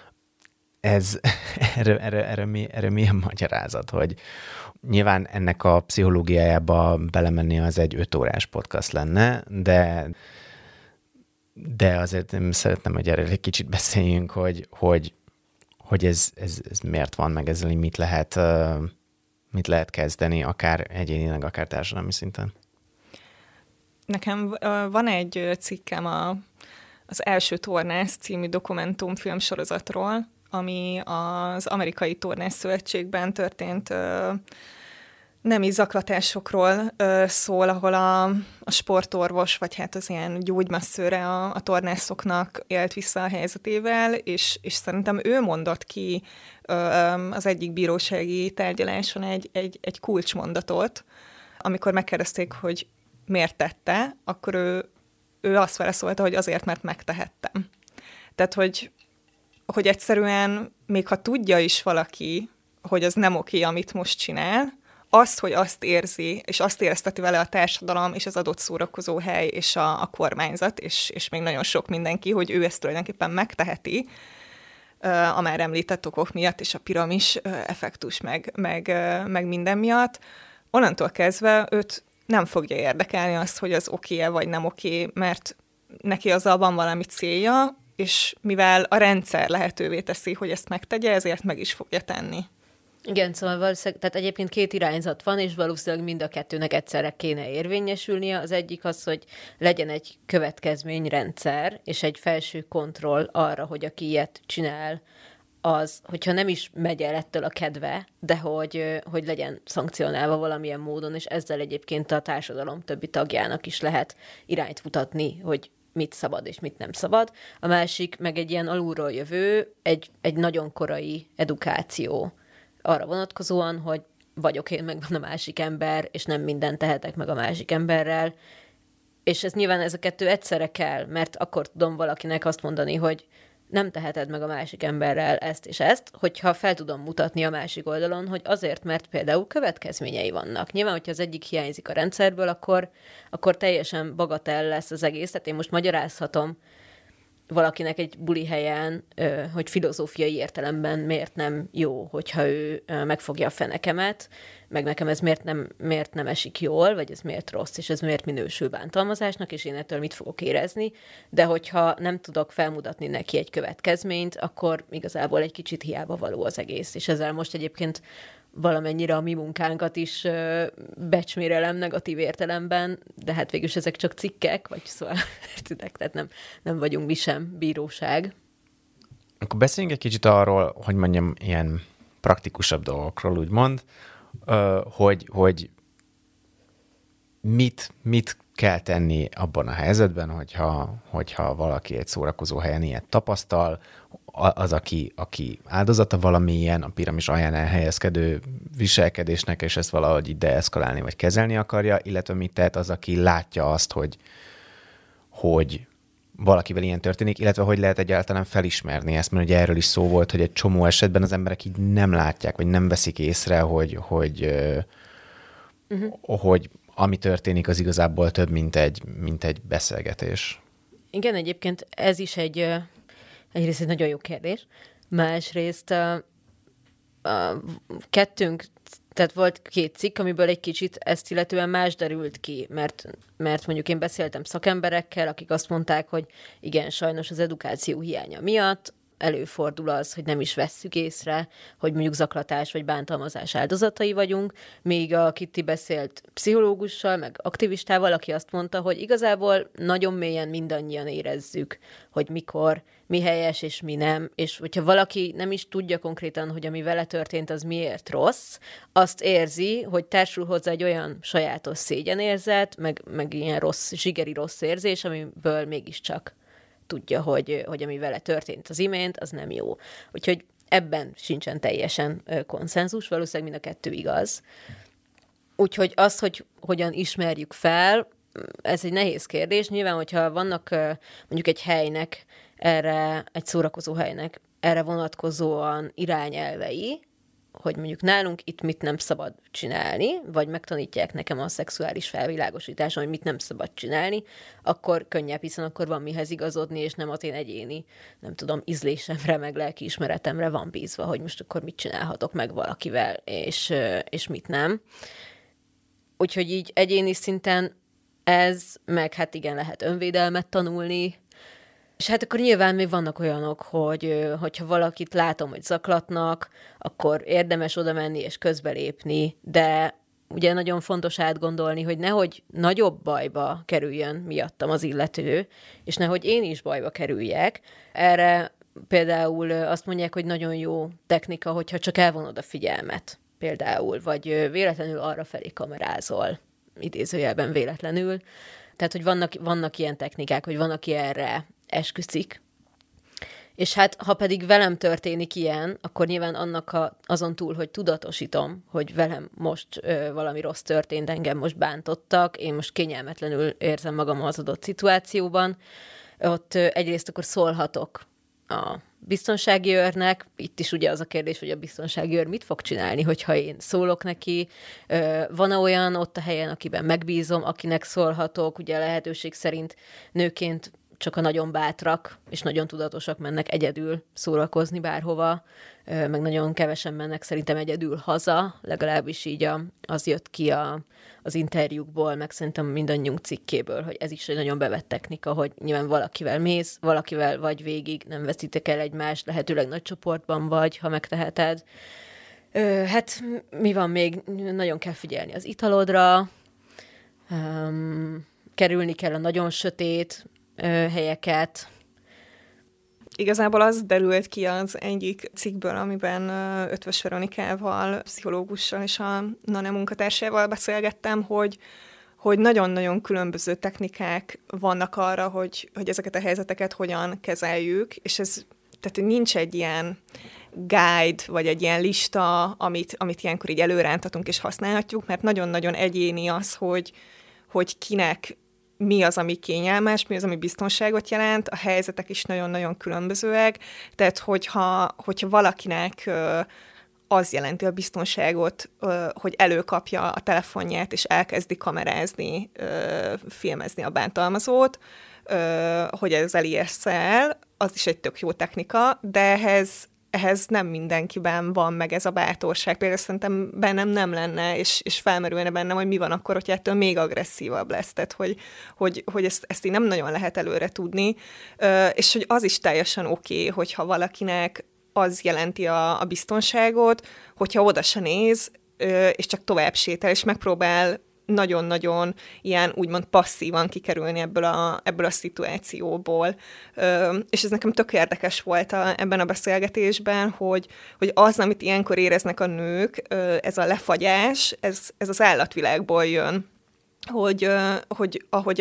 Erre milyen magyarázat, hogy nyilván ennek a pszichológiájába belemenni az egy 5 órás podcast lenne, de azért nem szeretném, hogy erről egy kicsit beszéljünk, hogy ez miért van, meg ezzel mit lehet kezdeni, akár egyénileg, akár társadalmi szinten. Nekem van egy cikkem az Első Tornász című dokumentumfilm sorozatról, ami az Amerikai Tornászszövetségben történt nemi zaklatásokról szól, ahol a sportorvos, vagy hát az ilyen gyógymasszőre a tornászoknak élt vissza a helyzetével, és szerintem ő mondott ki az egyik bírósági tárgyaláson egy kulcsmondatot, amikor megkérdezték, hogy miért tette, akkor ő azt válaszolta, hogy azért, mert megtehettem. Tehát, hogy egyszerűen, még ha tudja is valaki, hogy az nem oké, amit most csinál, az, hogy azt érzi, és azt érezteti vele a társadalom, és az adott szórakozó hely, és a kormányzat, és még nagyon sok mindenki, hogy ő ezt tulajdonképpen megteheti, a már említett okok miatt, és a piramis effektus, meg minden miatt, onnantól kezdve őt nem fogja érdekelni azt, hogy az oké-e, vagy nem oké, mert neki azzal van valami célja, és mivel a rendszer lehetővé teszi, hogy ezt megtegye, ezért meg is fogja tenni. Igen, szóval valószínűleg, tehát egyébként 2 irányzat van, és valószínűleg mind a kettőnek egyszerre kéne érvényesülnie. Az egyik az, hogy legyen egy következményrendszer, és egy felső kontroll arra, hogy aki ilyet csinál, az, hogyha nem is megy el ettől a kedve, de hogy legyen szankcionálva valamilyen módon, és ezzel egyébként a társadalom többi tagjának is lehet irányt mutatni, hogy mit szabad és mit nem szabad. A másik meg egy ilyen alulról jövő, egy nagyon korai edukáció arra vonatkozóan, hogy vagyok én, meg van a másik ember, és nem mindent tehetek meg a másik emberrel. És ez a kettő egyszerre kell, mert akkor tudom valakinek azt mondani, hogy nem teheted meg a másik emberrel ezt és ezt, hogyha fel tudom mutatni a másik oldalon, hogy azért, mert például következményei vannak. Nyilván, hogyha az egyik hiányzik a rendszerből, akkor teljesen bagatell lesz az egész. Tehát én most magyarázhatom valakinek egy buli helyen, hogy filozófiai értelemben miért nem jó, hogyha ő megfogja a fenekemet, meg nekem ez miért nem esik jól, vagy ez miért rossz, és ez miért minősül bántalmazásnak, és én ettől mit fogok érezni. De hogyha nem tudok felmutatni neki egy következményt, akkor igazából egy kicsit hiába való az egész. És ezzel most egyébként valamennyire a mi munkánkat is becsmérelem negatív értelemben, de hát végülis ezek csak cikkek, vagy szóval, tehát nem vagyunk mi sem bíróság. Akkor beszéljünk egy kicsit arról, hogy mondjam, ilyen praktikusabb dolgokról, úgymond, hogy mit kell tenni abban a helyzetben, hogyha valaki egy szórakozó helyen ilyet tapasztal, az, aki áldozata valamilyen a piramis alján elhelyezkedő viselkedésnek, és ezt valahogy így deeszkalálni vagy kezelni akarja, illetve mit tehet az, aki látja azt, hogy valakivel ilyen történik, illetve hogy lehet egyáltalán felismerni ezt, mert ugye erről is szó volt, hogy egy csomó esetben az emberek így nem látják, vagy nem veszik észre, hogy ami történik, az igazából több, mint egy beszélgetés. Igen, egyébként ez is egyrészt egy nagyon jó kérdés. Másrészt tehát volt 2 cikk, amiből egy kicsit ezt illetően más derült ki, mert mondjuk én beszéltem szakemberekkel, akik azt mondták, hogy igen, sajnos az edukáció hiánya miatt előfordul az, hogy nem is vesszük észre, hogy mondjuk zaklatás vagy bántalmazás áldozatai vagyunk, még a Kitty beszélt pszichológussal, meg aktivistával, aki azt mondta, hogy igazából nagyon mélyen mindannyian érezzük, hogy mikor, mi helyes és mi nem, és hogyha valaki nem is tudja konkrétan, hogy ami vele történt, az miért rossz, azt érzi, hogy társul hozzá egy olyan sajátos szégyenérzet, meg ilyen zsigeri rossz érzés, amiből mégiscsak tudja, hogy ami vele történt az imént, az nem jó. Úgyhogy ebben sincsen teljesen konszenzus, valószínűleg mind a kettő igaz. Úgyhogy az, hogy hogyan ismerjük fel, ez egy nehéz kérdés. Nyilván, hogyha vannak mondjuk egy helynek, egy szórakozó helynek erre vonatkozóan irányelvei, hogy mondjuk nálunk itt mit nem szabad csinálni, vagy megtanítják nekem a szexuális felvilágosításon, hogy mit nem szabad csinálni, akkor könnyebb, hiszen akkor van mihez igazodni, és nem az én egyéni, nem tudom, ízlésemre, meg lelkiismeretemre van bízva, hogy most akkor mit csinálhatok meg valakivel, és mit nem. Úgyhogy így egyéni szinten ez, meg hát igen, lehet önvédelmet tanulni, és hát akkor nyilván még vannak olyanok, hogyha valakit látom, hogy zaklatnak, akkor érdemes oda menni és közbelépni, de ugye nagyon fontos átgondolni, hogy nehogy nagyobb bajba kerüljön miattam az illető, és nehogy én is bajba kerüljek. Erre például azt mondják, hogy nagyon jó technika, hogyha csak elvonod a figyelmet például, vagy véletlenül arrafelé kamerázol, idézőjelben véletlenül. Tehát, hogy vannak ilyen technikák, hogy van, aki erre esküszik. És hát, ha pedig velem történik ilyen, akkor nyilván azon túl, hogy tudatosítom, hogy velem most valami rossz történt, engem most bántottak, én most kényelmetlenül érzem magam az adott szituációban, ott egyrészt akkor szólhatok a biztonsági őrnek, itt is ugye az a kérdés, hogy a biztonsági őr mit fog csinálni, hogyha én szólok neki, van-e olyan ott a helyen, akiben megbízom, akinek szólhatok, ugye a lehetőség szerint nőként csak a nagyon bátrak és nagyon tudatosak mennek egyedül szórakozni bárhova, meg nagyon kevesen mennek szerintem egyedül haza, legalábbis így az jött ki az interjúkból, meg szerintem mindannyiunk cikkéből, hogy ez is egy nagyon bevett technika, hogy nyilván valakivel mész, valakivel vagy végig, nem veszítek el egymást, lehetőleg nagy csoportban vagy, ha megteheted. Hát mi van még? Nagyon kell figyelni az italodra, kerülni kell a nagyon sötét helyeket. Igazából az derült ki az egyik cikkből, amiben Ötvös Veronikával, pszichológussal és a NANE munkatársával beszélgettem, hogy nagyon-nagyon különböző technikák vannak arra, hogy ezeket a helyzeteket hogyan kezeljük, és tehát nincs egy ilyen guide, vagy egy ilyen lista, amit ilyenkor így előrántatunk és használhatjuk, mert nagyon-nagyon egyéni az, hogy kinek mi az, ami kényelmes, mi az, ami biztonságot jelent, a helyzetek is nagyon-nagyon különbözőek, tehát hogyha valakinek az jelenti a biztonságot, hogy előkapja a telefonját, és elkezdi kamerázni, filmezni a bántalmazót, hogy ez elérsze el, az is egy tök jó technika, de ehhez nem mindenkiben van meg ez a bátorság. Például szerintem bennem nem lenne, és felmerülne bennem, hogy mi van akkor, hogy ettől még agresszívabb lesz. Tehát, hogy ezt így nem nagyon lehet előre tudni, és hogy az is teljesen oké, hogyha valakinek az jelenti a biztonságot, hogyha oda se néz, és csak tovább sétál, és megpróbál nagyon-nagyon ilyen úgymond passzívan kikerülni ebből a szituációból. És ez nekem tök érdekes volt ebben a beszélgetésben, hogy az, amit ilyenkor éreznek a nők, ez a lefagyás, ez az állatvilágból jön. Hogy ahogy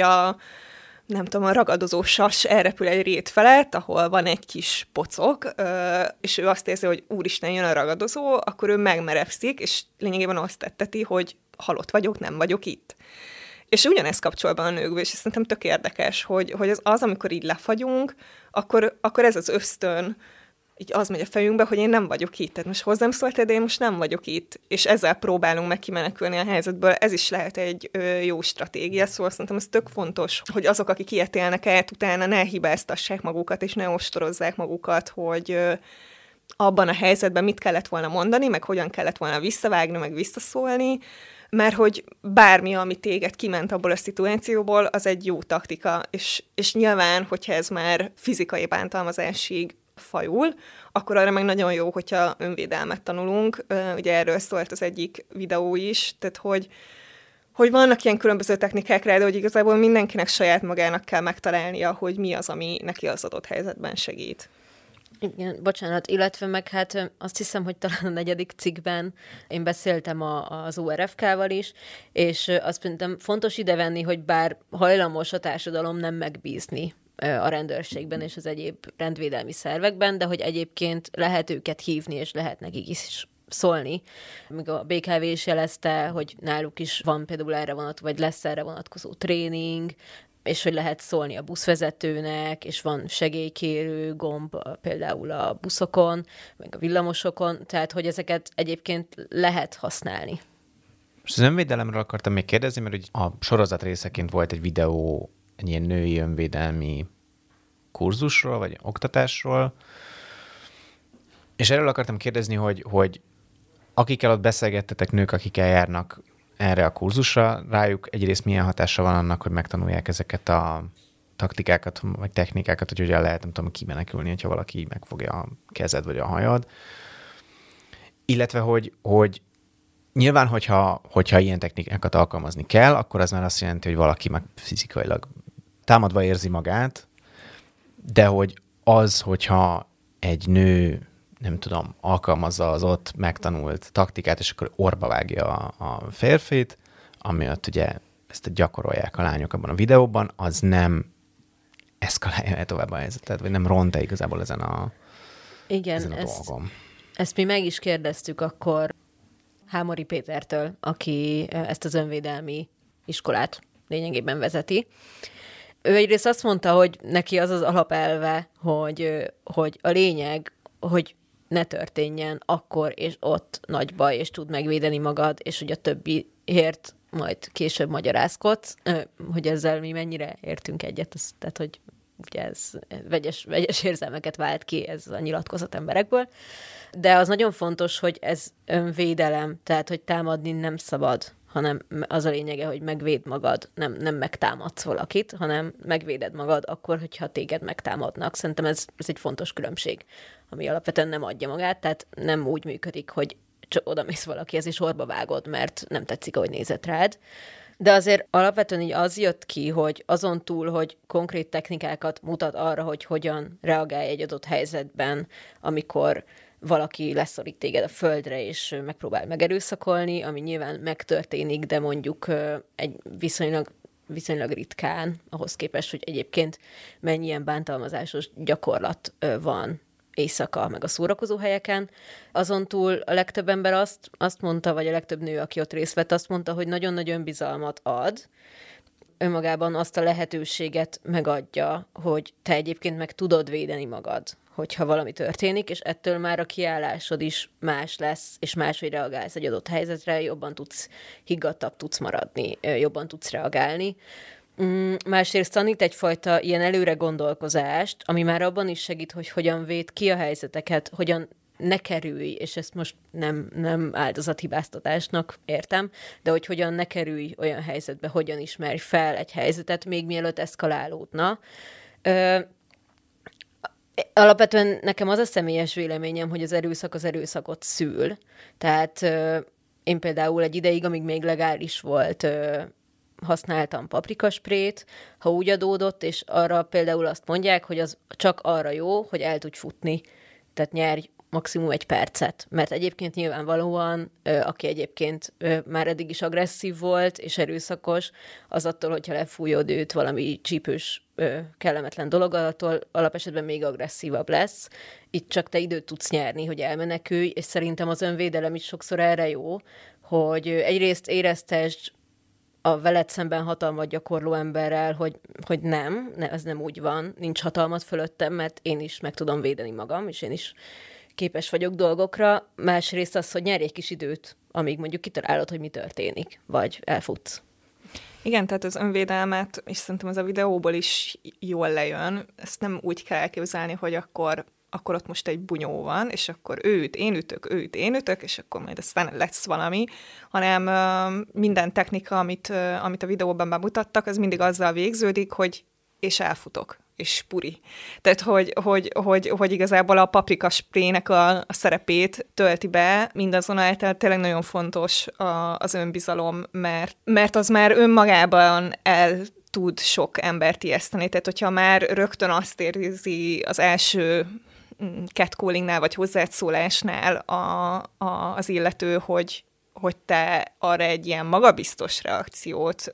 nem tudom, a ragadozó sas elrepül egy rét felett, ahol van egy kis pocok, és ő azt érzi, hogy úristen, jön a ragadozó, akkor ő megmerevszik, és lényegében azt tetteti, hogy halott vagyok, nem vagyok itt. És ugyanezt kapcsol be a nőkbe, és szerintem tök érdekes, hogy az, amikor így lefagyunk, akkor ez az ösztön, így az megy a fejünkbe, hogy én nem vagyok itt. Tehát most hozzám szóltál, de én most nem vagyok itt. És ezzel próbálunk meg kimenekülni a helyzetből. Ez is lehet egy jó stratégia, szóval szerintem ez tök fontos, hogy azok, akik ilyet élnek át, utána ne hibáztassák magukat, és ne ostorozzák magukat, hogy abban a helyzetben mit kellett volna mondani, meg hogyan kellett volna visszavágni, meg visszaszólni, mert hogy bármi, ami téged kiment abból a szituációból, az egy jó taktika, és nyilván, hogyha ez már fizikai bántalmazásig fajul, akkor arra meg nagyon jó, hogyha önvédelmet tanulunk. Ugye erről szólt az egyik videó is, tehát hogy vannak ilyen különböző technikák rá, de hogy igazából mindenkinek saját magának kell megtalálnia, hogy mi az, ami neki az adott helyzetben segít. Igen, bocsánat, illetve meg hát azt hiszem, hogy talán a 4. cikkben én beszéltem az ORFK-val is, és azt szerintem fontos idevenni, hogy bár hajlamos a társadalom nem megbízni a rendőrségben és az egyéb rendvédelmi szervekben, de hogy egyébként lehet őket hívni, és lehet nekik is szólni. Még a BKV is jelezte, hogy náluk is van például erre vonatkozó, vagy lesz erre vonatkozó tréning, és hogy lehet szólni a buszvezetőnek, és van segélykérő gomb például a buszokon, meg a villamosokon, tehát hogy ezeket egyébként lehet használni. Most az önvédelemről akartam még kérdezni, mert ugye a sorozat részeként volt egy videó egy ilyen női önvédelmi kurzusról, vagy oktatásról, és erről akartam kérdezni, hogy akikkel ott beszélgettetek, nők, akik eljárnak erre a kurzusra, rájuk egyrészt milyen hatása van annak, hogy megtanulják ezeket a taktikákat, vagy technikákat, hogy hogyan lehet, nem tudom, kimenekülni, hogyha valaki megfogja a kezed, vagy a hajad. Illetve, hogy nyilván, hogyha ilyen technikákat alkalmazni kell, akkor az már azt jelenti, hogy valaki meg fizikailag támadva érzi magát, de hogy az, hogyha egy nő, nem tudom, alkalmazza az ott megtanult taktikát, és akkor orba vágja a férfit, amiatt ugye ezt gyakorolják a lányok abban a videóban, az nem eszkalálja el tovább a helyzetet, vagy nem ront-e igazából ezen a dolgon. Ezt mi meg is kérdeztük akkor Hámori Pétertől, aki ezt az önvédelmi iskolát lényegében vezeti. Ő egyrészt azt mondta, hogy neki az az alapelve, hogy a lényeg, hogy ne történjen akkor és ott nagy baj, és tud megvédeni magad, és hogy a többiért majd később magyarázkodsz, hogy ezzel mi mennyire értünk egyet, tehát hogy ugye ez vegyes érzelmeket vált ki ez a nyilatkozat emberekből, de az nagyon fontos, hogy ez önvédelem, tehát hogy támadni nem szabad, hanem az a lényege, hogy megvéd magad, nem megtámadsz valakit, hanem megvéded magad akkor, hogyha téged megtámadnak. Szerintem ez egy fontos különbség, ami alapvetően nem adja magát, tehát nem úgy működik, hogy csak odamész valakihez és orba vágod, mert nem tetszik, ahogy nézett rád. De azért alapvetően így az jött ki, hogy azon túl, hogy konkrét technikákat mutat arra, hogy hogyan reagálj egy adott helyzetben, amikor valaki leszorít téged a földre, és megpróbál megerőszakolni, ami nyilván megtörténik, de mondjuk egy viszonylag ritkán, ahhoz képest, hogy egyébként mennyi ilyen bántalmazásos gyakorlat van éjszaka, meg a szórakozó helyeken. Azon túl a legtöbb ember azt mondta, vagy a legtöbb nő, aki ott részt vett, azt mondta, hogy nagyon nagy önbizalmat ad, önmagában azt a lehetőséget megadja, hogy te egyébként meg tudod védeni magad, hogyha valami történik, és ettől már a kiállásod is más lesz, és máshogy reagálsz egy adott helyzetre, jobban higgadtabb tudsz maradni, jobban tudsz reagálni. Másrészt tanít egyfajta ilyen előre gondolkozást, ami már abban is segít, hogy hogyan véd ki a helyzeteket, hogyan ne kerülj, és ezt most nem áldozathibáztatásnak értem, de hogy hogyan ne kerülj olyan helyzetbe, hogyan ismerj fel egy helyzetet, még mielőtt eszkalálódna. Alapvetően nekem az a személyes véleményem, hogy az erőszak az erőszakot szül. Tehát én például egy ideig, amíg még legális volt, használtam paprikasprét, ha úgy adódott, és arra például azt mondják, hogy az csak arra jó, hogy el tudj futni. Tehát nyerj maximum 1 percet. Mert egyébként nyilvánvalóan, aki egyébként már eddig is agresszív volt, és erőszakos, az attól, hogyha lefújod őt valami csípős, kellemetlen dolog, attól alapesetben még agresszívabb lesz. Itt csak te időt tudsz nyerni, hogy elmenekülj, és szerintem az önvédelem is sokszor erre jó, hogy egyrészt éreztesd a veled szemben hatalmat gyakorló emberrel, hogy ez nem úgy van, nincs hatalmat fölöttem, mert én is meg tudom védeni magam, és én is képes vagyok dolgokra. Másrészt az, hogy nyerj egy kis időt, amíg mondjuk kitalálod, hogy mi történik, vagy elfutsz. Igen, tehát az önvédelmet, és szerintem ez a videóból is jól lejön, ezt nem úgy kell elképzelni, hogy akkor ott most egy bunyó van, és akkor én ütök, és akkor majd aztán lesz valami, hanem minden technika, amit a videóban bemutattak, az mindig azzal végződik, hogy és elfutok. és puri. Tehát, hogy igazából a paprika sprének a szerepét tölti be, mindazonáltal tényleg nagyon fontos az önbizalom, mert az már önmagában tud sok embert ijeszteni. Tehát, hogyha már rögtön azt érzi az első catcallingnál, vagy hozzászólásnál az illető, hogy te arra egy ilyen magabiztos reakciót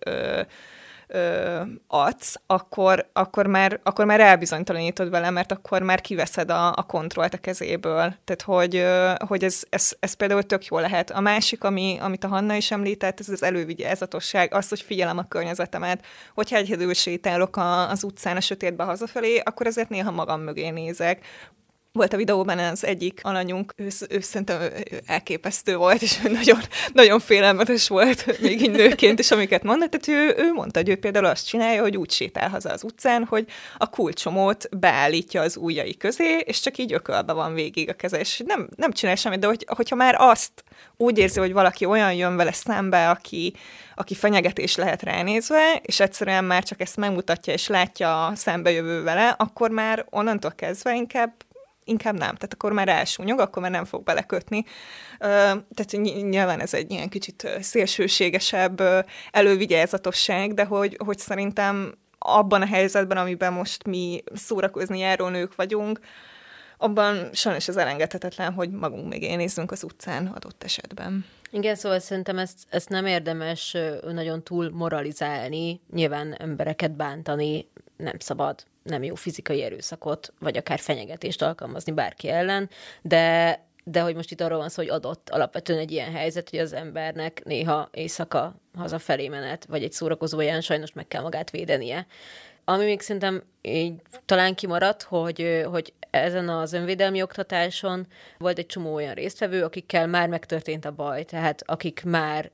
adsz, akkor már elbizonytalanítod vele, mert akkor már kiveszed a kontrollt a kezéből. Tehát, hogy ez például tök jó lehet. A másik, amit a Hanna is említett, ez az elővigyázatosság, az, hogy figyelem a környezetemet. Hogyha egyedül sétálok az utcán a sötétbe hazafelé, akkor ezért néha magam mögé nézek. Volt a videóban az egyik alanyunk, ő szerintem elképesztő volt, és nagyon, nagyon félelmetes volt még így nőként is, amiket mondott. Tehát ő mondta, hogy ő például azt csinálja, hogy úgy sétál haza az utcán, hogy a kulcsomót beállítja az ujjai közé, és csak így ökölbe van végig a keze, és nem csinál semmit, de hogyha már azt úgy érzi, hogy valaki olyan jön vele szembe, aki fenyegetés lehet ránézve, és egyszerűen már csak ezt megmutatja, és látja a szembejövő vele, akkor már onnantól kezdve inkább nem. Tehát akkor már elsúnyog, akkor már nem fog belekötni. Tehát nyilván ez egy ilyen kicsit szélsőségesebb elővigyázatosság, de hogy szerintem abban a helyzetben, amiben most mi szórakozni járó nők vagyunk, abban sajnos az elengedhetetlen, hogy magunk még nézzünk az utcán adott esetben. Igen, szóval szerintem ezt nem érdemes nagyon túl moralizálni, nyilván embereket bántani nem szabad, nem jó fizikai erőszakot, vagy akár fenyegetést alkalmazni bárki ellen, de hogy most itt arról van szó, hogy adott alapvetően egy ilyen helyzet, hogy az embernek néha éjszaka hazafelé menet, vagy egy szórakozóján sajnos meg kell magát védenie. Ami még szerintem így talán kimaradt, hogy ezen az önvédelmi oktatáson volt egy csomó olyan résztvevő, akikkel már megtörtént a baj, tehát akik már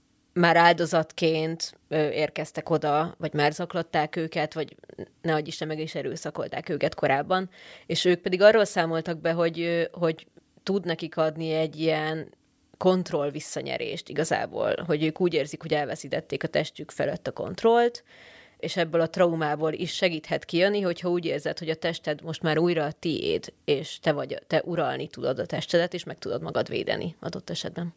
áldozatként érkeztek oda, vagy már zaklatták őket, vagy nehogy Isten meg is erőszakolták őket korábban, és ők pedig arról számoltak be, hogy tud nekik adni egy ilyen kontroll visszanyerést igazából, hogy ők úgy érzik, hogy elveszítették a testük felett a kontrollt, és ebből a traumából is segíthet kijönni, hogyha úgy érzed, hogy a tested most már újra a tiéd, és te uralni tudod a testedet, és meg tudod magad védeni adott esetben.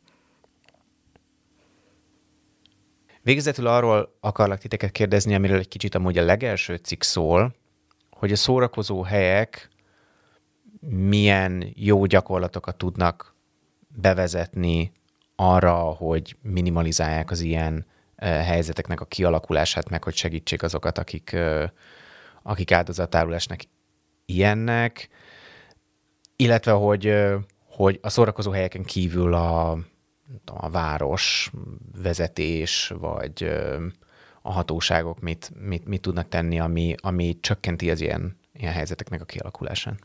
Végezetül arról akarlak titeket kérdezni, amiről egy kicsit amúgy a legelső cikk szól, hogy a szórakozó helyek milyen jó gyakorlatokat tudnak bevezetni arra, hogy minimalizálják az ilyen helyzeteknek a kialakulását, meg hogy segítsék azokat, akik áldozatául esnek ilyennek, illetve hogy a szórakozó helyeken kívül a város vezetés, vagy a hatóságok mit tudnak tenni, ami csökkenti az ilyen helyzeteknek a kialakulásán.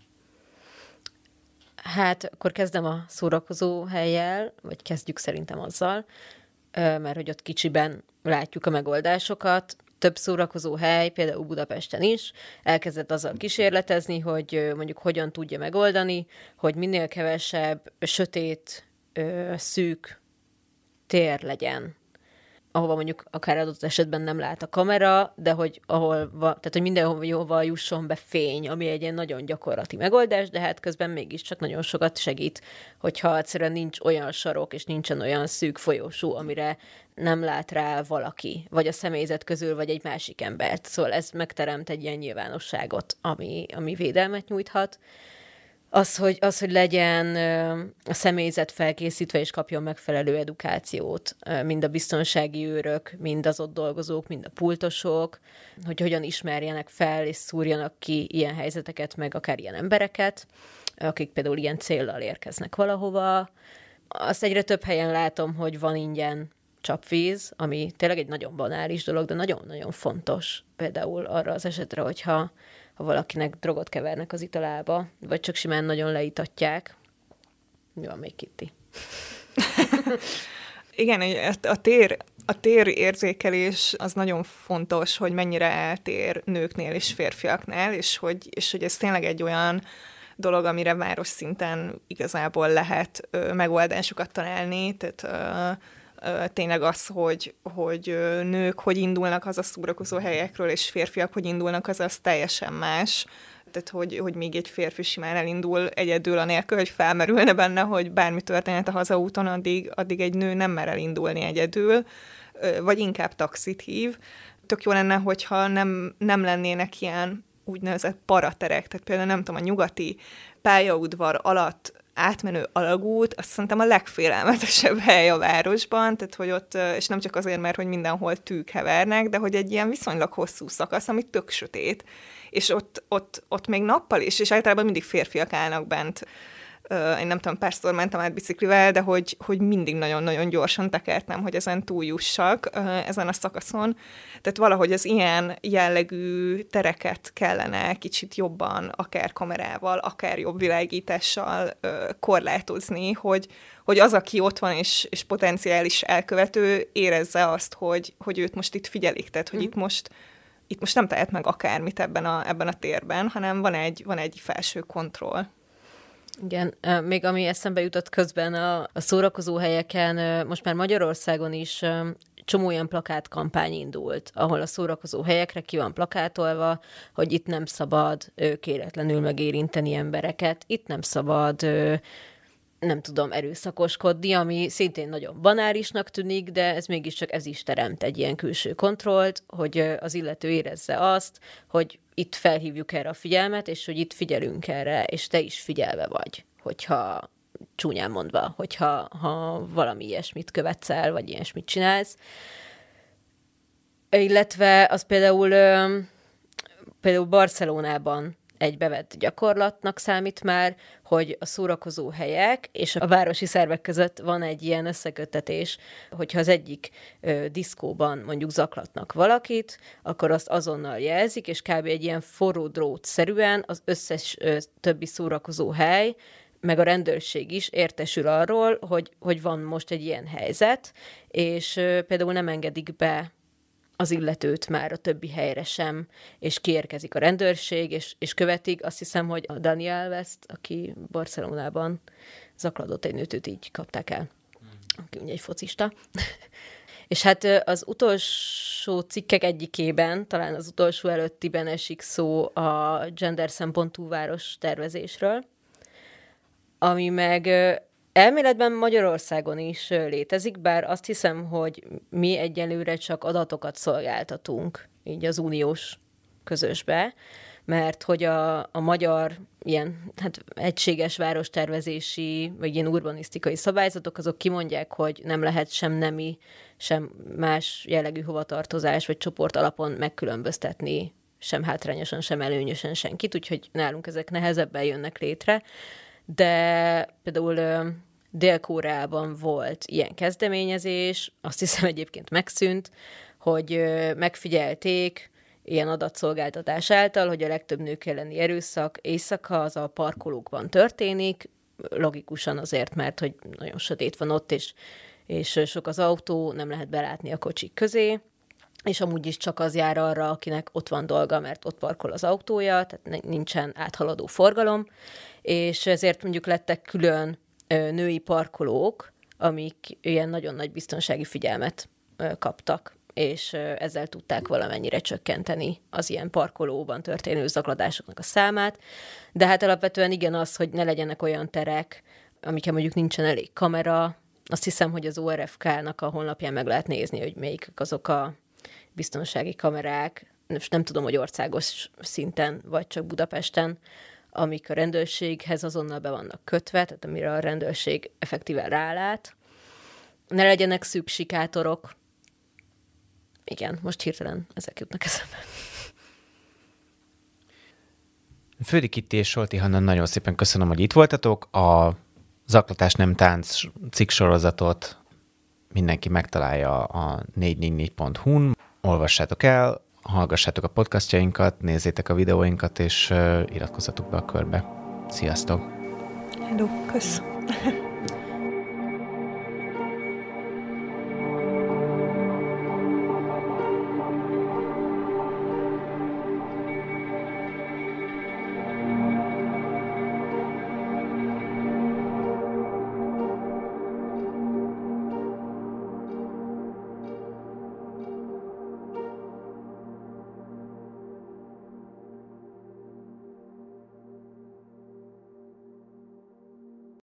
Hát akkor kezdem a szórakozó hellyel, vagy kezdjük szerintem azzal, mert hogy ott kicsiben látjuk a megoldásokat. Több szórakozó hely, például Budapesten is, elkezdett azzal kísérletezni, hogy mondjuk hogyan tudja megoldani, hogy minél kevesebb sötét, szűk tér legyen, ahova mondjuk akár adott esetben nem lát a kamera, de tehát hogy mindenhova jusson be fény, ami egy ilyen nagyon gyakorlati megoldás, de hát közben mégiscsak nagyon sokat segít, hogyha egyszerűen nincs olyan sarok, és nincsen olyan szűk folyósó, amire nem lát rá valaki, vagy a személyzet közül, vagy egy másik embert. Szóval ez megteremt egy ilyen nyilvánosságot, ami védelmet nyújthat. Az, hogy legyen a személyzet felkészítve, és kapjon megfelelő edukációt, mind a biztonsági őrök, mind az ott dolgozók, mind a pultosok, hogy hogyan ismerjenek fel, és szúrjanak ki ilyen helyzeteket, meg akár ilyen embereket, akik például ilyen céllal érkeznek valahova. Azt egyre több helyen látom, hogy van ingyen csapvíz, ami tényleg egy nagyon banális dolog, de nagyon-nagyon fontos. Például arra az esetre, hogyha valakinek drogot kevernek az italába, vagy csak simán nagyon leítatják. Mi van még, Kitti? Igen, a tér érzékelés az nagyon fontos, hogy mennyire eltér nőknél és férfiaknál, és hogy ez tényleg egy olyan dolog, amire város szinten igazából lehet megoldásokat találni, tehát tényleg az, hogy nők hogy indulnak az a szórakozó helyekről, és férfiak hogy indulnak, az teljesen más. Tehát, hogy még egy férfi simán elindul egyedül anélkül, hogy felmerülne benne, hogy bármi történet a hazaúton, addig egy nő nem mer elindulni egyedül, vagy inkább taxit hív. Tök jó lenne, hogyha nem lennének ilyen úgynevezett paraterek, tehát például nem tudom, a nyugati pályaudvar alatt átmenő alagút, azt szerintem a legfélelmetesebb hely a városban, tehát hogy ott, és nem csak azért, mert hogy mindenhol tűk hevernek, de hogy egy ilyen viszonylag hosszú szakasz, ami tök sötét, és ott még nappal is, és általában mindig férfiak állnak bent. Én nem tudom, párszor mentem át biciklivel, de hogy mindig nagyon-nagyon gyorsan tekertem, hogy ezen túljussak ezen a szakaszon. Tehát valahogy az ilyen jellegű tereket kellene kicsit jobban, akár kamerával, akár jobb világítással korlátozni, hogy az, aki ott van és potenciális elkövető, érezze azt, hogy őt most itt figyelik. Tehát, hogy itt most nem tehet meg akármit ebben a térben, hanem van egy felső kontroll. Igen, még ami eszembe jutott közben a szórakozó helyeken, most már Magyarországon is csomó olyan plakátkampány indult, ahol a szórakozó helyekre ki van plakátolva, hogy itt nem szabad kéretlenül megérinteni embereket, itt nem szabad nem tudom, erőszakoskodni, ami szintén nagyon banálisnak tűnik, de ez mégiscsak ez is teremt egy ilyen külső kontrollt, hogy az illető érezze azt, hogy itt felhívjuk erre a figyelmet, és hogy itt figyelünk erre, és te is figyelve vagy, hogyha csúnyán mondva, hogyha valami ilyesmit követsz el, vagy ilyesmit csinálsz. Illetve az például Barcelonában egy bevett gyakorlatnak számít már, hogy a szórakozó helyek és a városi szervek között van egy ilyen összeköttetés, hogyha az egyik diszkóban mondjuk zaklatnak valakit, akkor azt azonnal jelzik, és kb. Egy ilyen forró drót-szerűen az összes többi szórakozó hely, meg a rendőrség is értesül arról, hogy van most egy ilyen helyzet, és például nem engedik be az illetőt már a többi helyre sem, és kiérkezik a rendőrség, és követik. Azt hiszem, hogy a Dani Alvest, aki Barcelonában zaklatott egy nőt, őt így kapták el. Aki ugye egy focista. És hát az utolsó cikkek egyikében, talán az utolsó előttiben esik szó a gender szempontú város tervezésről, ami meg elméletben Magyarországon is létezik, bár azt hiszem, hogy mi egyelőre csak adatokat szolgáltatunk így az uniós közösbe, mert hogy a magyar ilyen egységes várostervezési, vagy ilyen urbanisztikai szabályzatok, azok kimondják, hogy nem lehet sem nemi, sem más jellegű hovatartozás, vagy csoport alapon megkülönböztetni sem hátrányosan, sem előnyösen senkit, úgyhogy nálunk ezek nehezebben jönnek létre. De például Dél-Koreában volt ilyen kezdeményezés, azt hiszem egyébként megszűnt, hogy megfigyelték ilyen adatszolgáltatás által, hogy a legtöbb nők elleni erőszak éjszaka az a parkolókban történik, logikusan azért, mert hogy nagyon sötét van ott, és sok az autó, nem lehet belátni a kocsik közé, és amúgy is csak az jár arra, akinek ott van dolga, mert ott parkol az autója, tehát nincsen áthaladó forgalom, és ezért mondjuk lettek külön női parkolók, amik ilyen nagyon nagy biztonsági figyelmet kaptak, és ezzel tudták valamennyire csökkenteni az ilyen parkolóban történő zaklatásoknak a számát. De hát alapvetően igen az, hogy ne legyenek olyan terek, amiken mondjuk nincsen elég kamera. Azt hiszem, hogy az ORFK-nak a honlapján meg lehet nézni, hogy melyik azok a biztonsági kamerák, nem tudom, hogy országos szinten, vagy csak Budapesten, amik a rendőrséghez azonnal be vannak kötve, tehát amire a rendőrség effektíven rálát. Ne legyenek szűk sikátorok. Igen, most hirtelen ezek jutnak eszembe. Földi Kitti és Solti Hanna, nagyon szépen köszönöm, hogy itt voltatok. A Zaklatás nem tánc cikksorozatot mindenki megtalálja a 444.hu-n. Olvassátok el, hallgassátok a podcastjainkat, nézzétek a videóinkat, és iratkozzatok be a körbe. Sziasztok! Hello, kösz!